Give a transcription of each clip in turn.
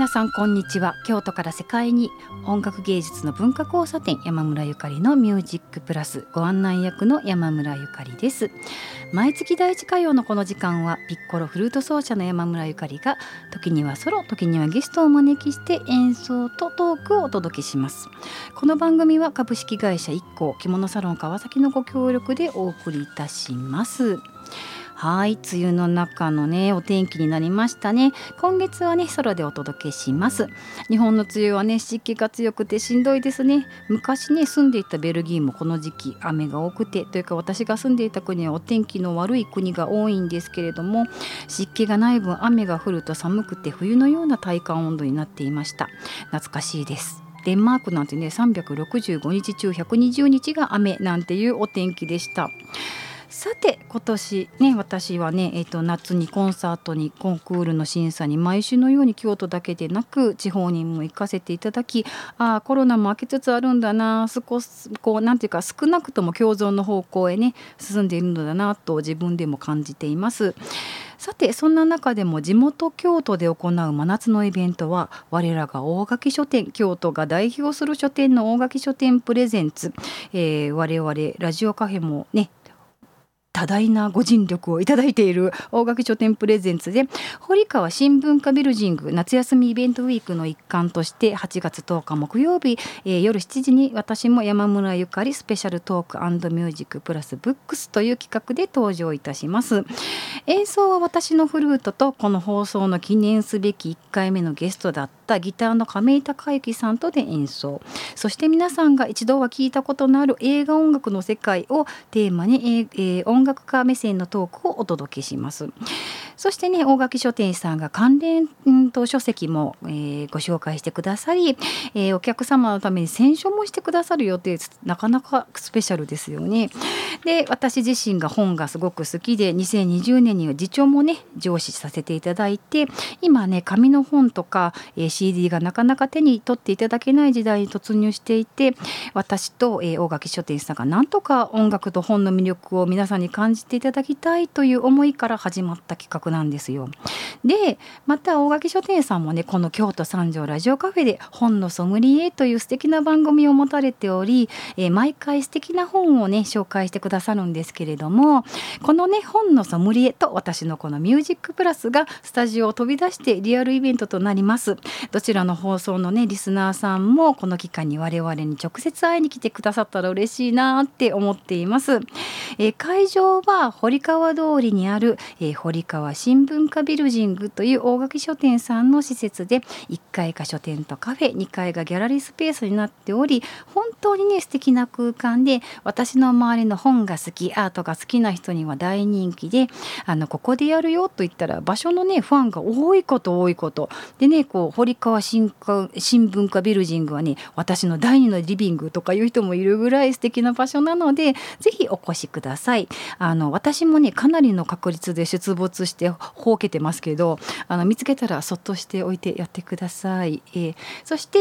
さんこんにちは。京都から世界に音楽芸術の文化交差点、山村ゆかりのミュージックプラスご案内役の山村ゆかりです。毎月第一火曜のこの時間はピッコロフルート奏者の山村ゆかりが時にはソロ、時にはゲストをお招きして演奏とトークをお届けします。この番組は株式会社IKKO着物サロン川崎のご協力でお送りいたします。はい、梅雨の中のねお天気になりましたね。今月はねソロでお届けします。日本の梅雨はね湿気が強くてしんどいですね。昔ね住んでいたベルギーもこの時期雨が多くて、というか私が住んでいた国はお天気の悪い国が多いんですけれども、湿気がない分雨が降ると寒くて冬のような体感温度になっていました。懐かしいです。デンマークなんてね365日中120日が雨なんていうお天気でした。さて今年ね私はね、夏にコンサートにコンクールの審査に毎週のように京都だけでなく地方にも行かせていただき、コロナも明けつつあるんだな、少しこうなんていうか少なくとも共存の方向へね進んでいるのだなと自分でも感じています。さてそんな中でも地元京都で行う真夏のイベントは、我らが大垣書店、京都が代表する書店の大垣書店プレゼンツ、我々ラジオカフェもね多大なご尽力をいただいている大垣書店プレゼンツで、堀川新文化ビルジング夏休みイベントウィークの一環として8月10日木曜日、夜7時に私も山村ゆかりスペシャルトーク&ミュージックプラスブックスという企画で登場いたします。演奏は私のフルートとこの放送の記念すべき1回目のゲストだったギターの亀井孝之さんとで演奏、そして皆さんが一度は聞いたことのある映画音楽の世界をテーマに、音楽家目線のトークをお届けします。そしてね大垣書店さんが関連書籍も、ご紹介してくださり、お客様のために選書もしてくださる予定。なかなかスペシャルですよね。で私自身が本がすごく好きで2020年には次長もね上司させていただいて、今ね紙の本とか、CD がなかなか手に取っていただけない時代に突入していて、私と、大垣書店さんがなんとか音楽と本の魅力を皆さんに感じていただきたいという思いから始まった企画なんですよ。でまた大垣書店さんもねこの京都三条ラジオカフェで本のソムリエという素敵な番組を持たれており、毎回素敵な本をね紹介してくださるんですけれども、このね本のソムリエと私のこのミュージックプラスがスタジオを飛び出してリアルイベントとなります。どちらの放送のねリスナーさんもこの機会に我々に直接会いに来てくださったら嬉しいなって思っています。会場は堀川通りにある、堀川新文化ビルジングという大垣書店さんの施設で、1階が書店とカフェ、2階がギャラリースペースになっており、本当にね素敵な空間で、私の周りの本が好きアートが好きな人には大人気で、ここでやるよと言ったら場所のねファンが多いことでね、こう堀川新文化ビルジングはね私の第二のリビングとかいう人もいるぐらい素敵な場所なので、ぜひお越しください。私もねかなりの確率で出没してほうけてますけど、見つけたらそっとしておいてやってください。そして、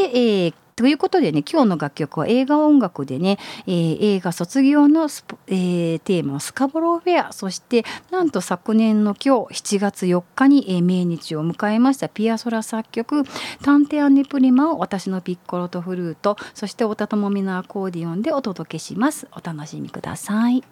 ということでね今日の楽曲は映画音楽でね、映画卒業のテーマのスカボローフェア、そしてなんと昨年の今日7月4日に、命日を迎えましたピアソラ作曲タンテアネプリマを私のピッコロとフルート、そしておたともみのアコーディオンでお届けします。お楽しみください。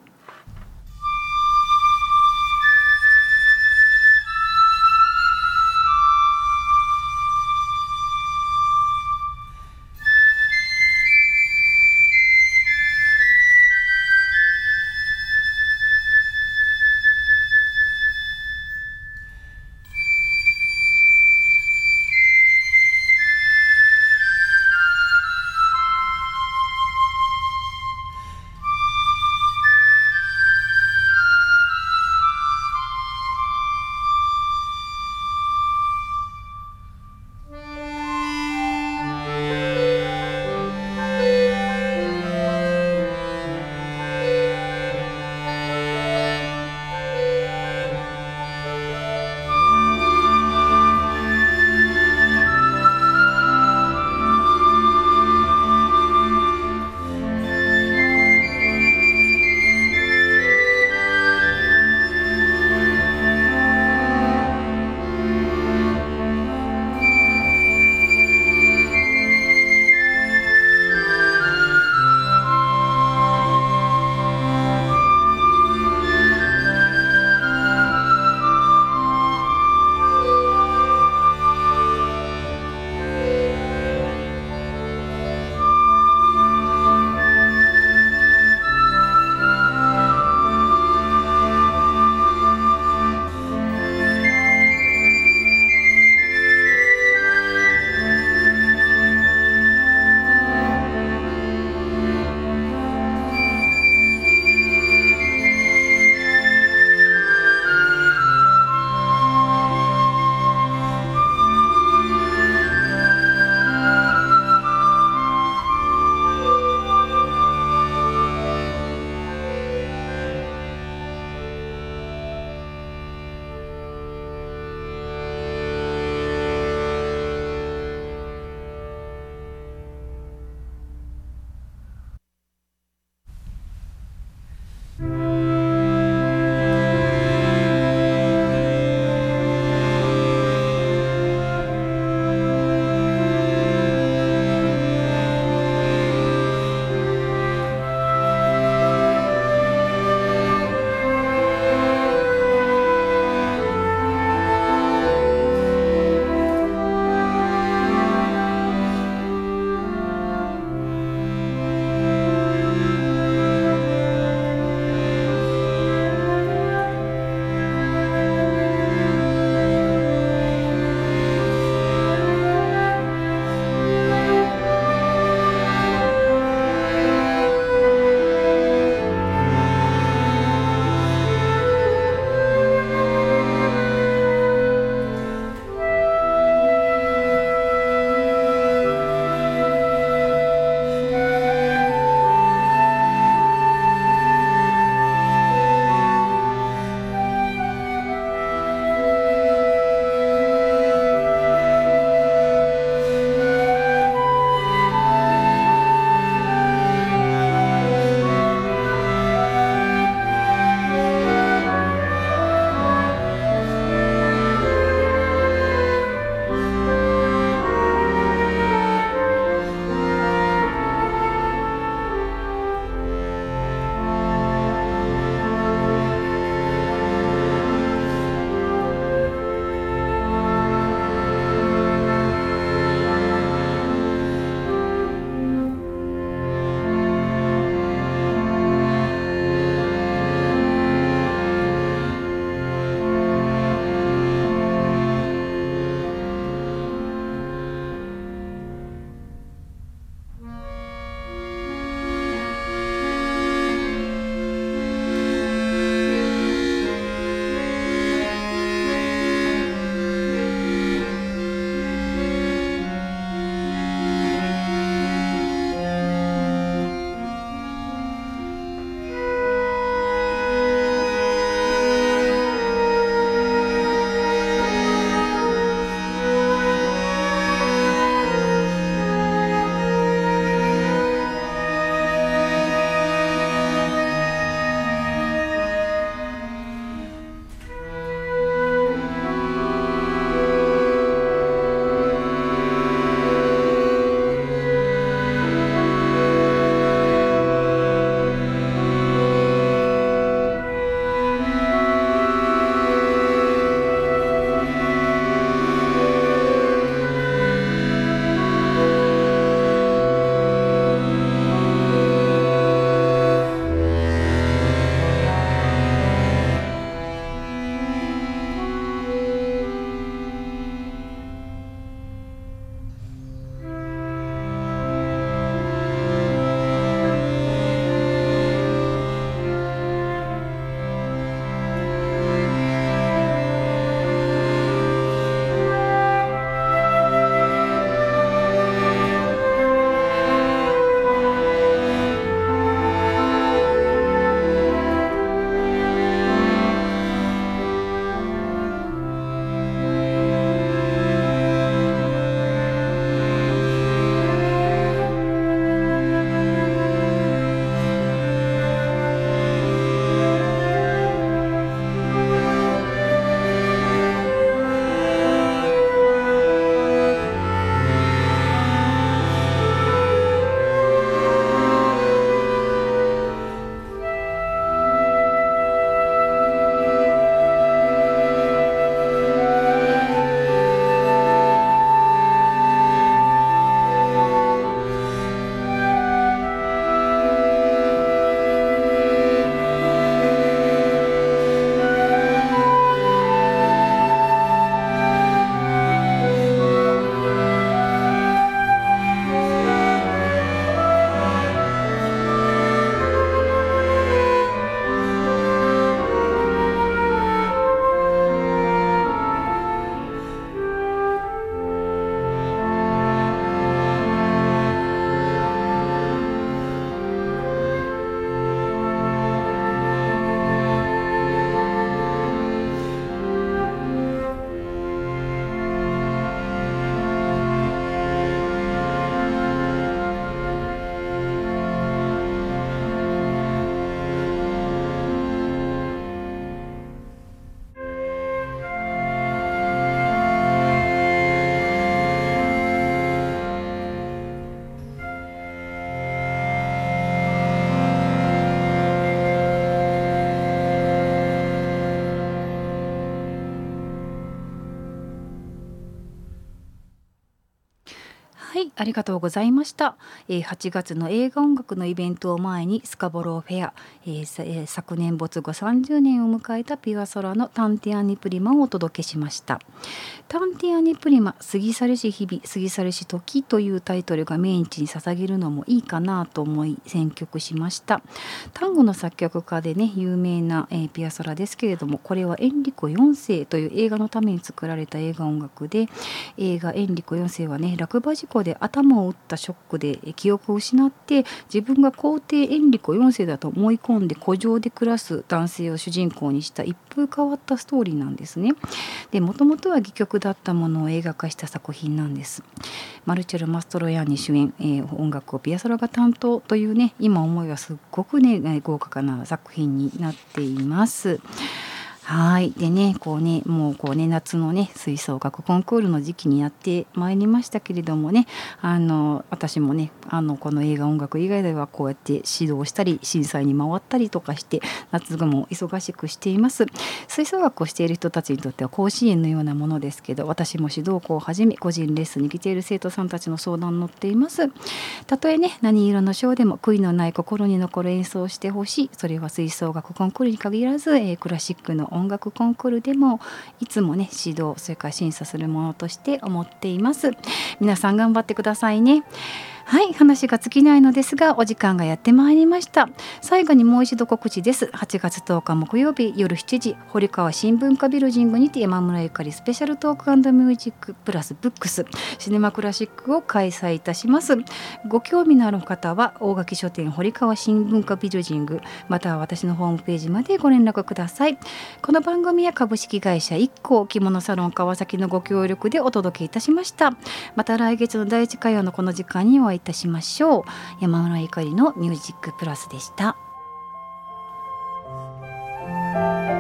ありがとうございました。8月の映画音楽のイベントを前にスカボローフェア、昨年没後30年を迎えたピュアソラのタンティアニプリマをお届けしました。タンティアニプリマ、過ぎ去りし日々、過ぎ去りし時というタイトルが命日に捧げるのもいいかなと思い選曲しました。タンゴの作曲家でね有名な、ピュアソラですけれども、これはエンリコ4世という映画のために作られた映画音楽で、映画エンリコ4世はね落馬事故で頭を打ったショックで記憶を失って、自分が皇帝エンリコ4世だと思い込んで古城で暮らす男性を主人公にした一風変わったストーリーなんですね。で、もともとは戯曲だったものを映画化した作品なんです。マルチェル・マストロヤンニ主演、音楽をピアソラが担当というね、今思いはすっごくね豪華な作品になっています。はい。でね、もう夏のね、吹奏楽コンクールの時期にやってまいりましたけれどもね、私もね、この映画音楽以外ではこうやって指導したり、審査に回ったりとかして、夏も忙しくしています。吹奏楽をしている人たちにとっては甲子園のようなものですけど、私も指導校をはじめ、個人レッスンに来ている生徒さんたちの相談に乗っています。たとえね、何色の章でも悔いのない心に残る演奏をしてほしい。それは吹奏楽コンクールに限らず、クラシックの音楽コンクールでもいつもね指導、それから審査するものとして思っています。皆さん頑張ってくださいね。はい、話が尽きないのですがお時間がやってまいりました。最後にもう一度告知です。8月10日木曜日夜7時、堀川新文化ビルジングにて山村ゆかりスペシャルトーク&ミュージックプラスブックスシネマクラシックを開催いたします。ご興味のある方は大垣書店堀川新文化ビルジングまたは私のホームページまでご連絡ください。この番組は株式会社IKKO着物サロン川崎のご協力でお届けいたしました。また来月の第一火曜のこの時間にお会いいたしましょう。山村ゆかりのミュージックプラスでした。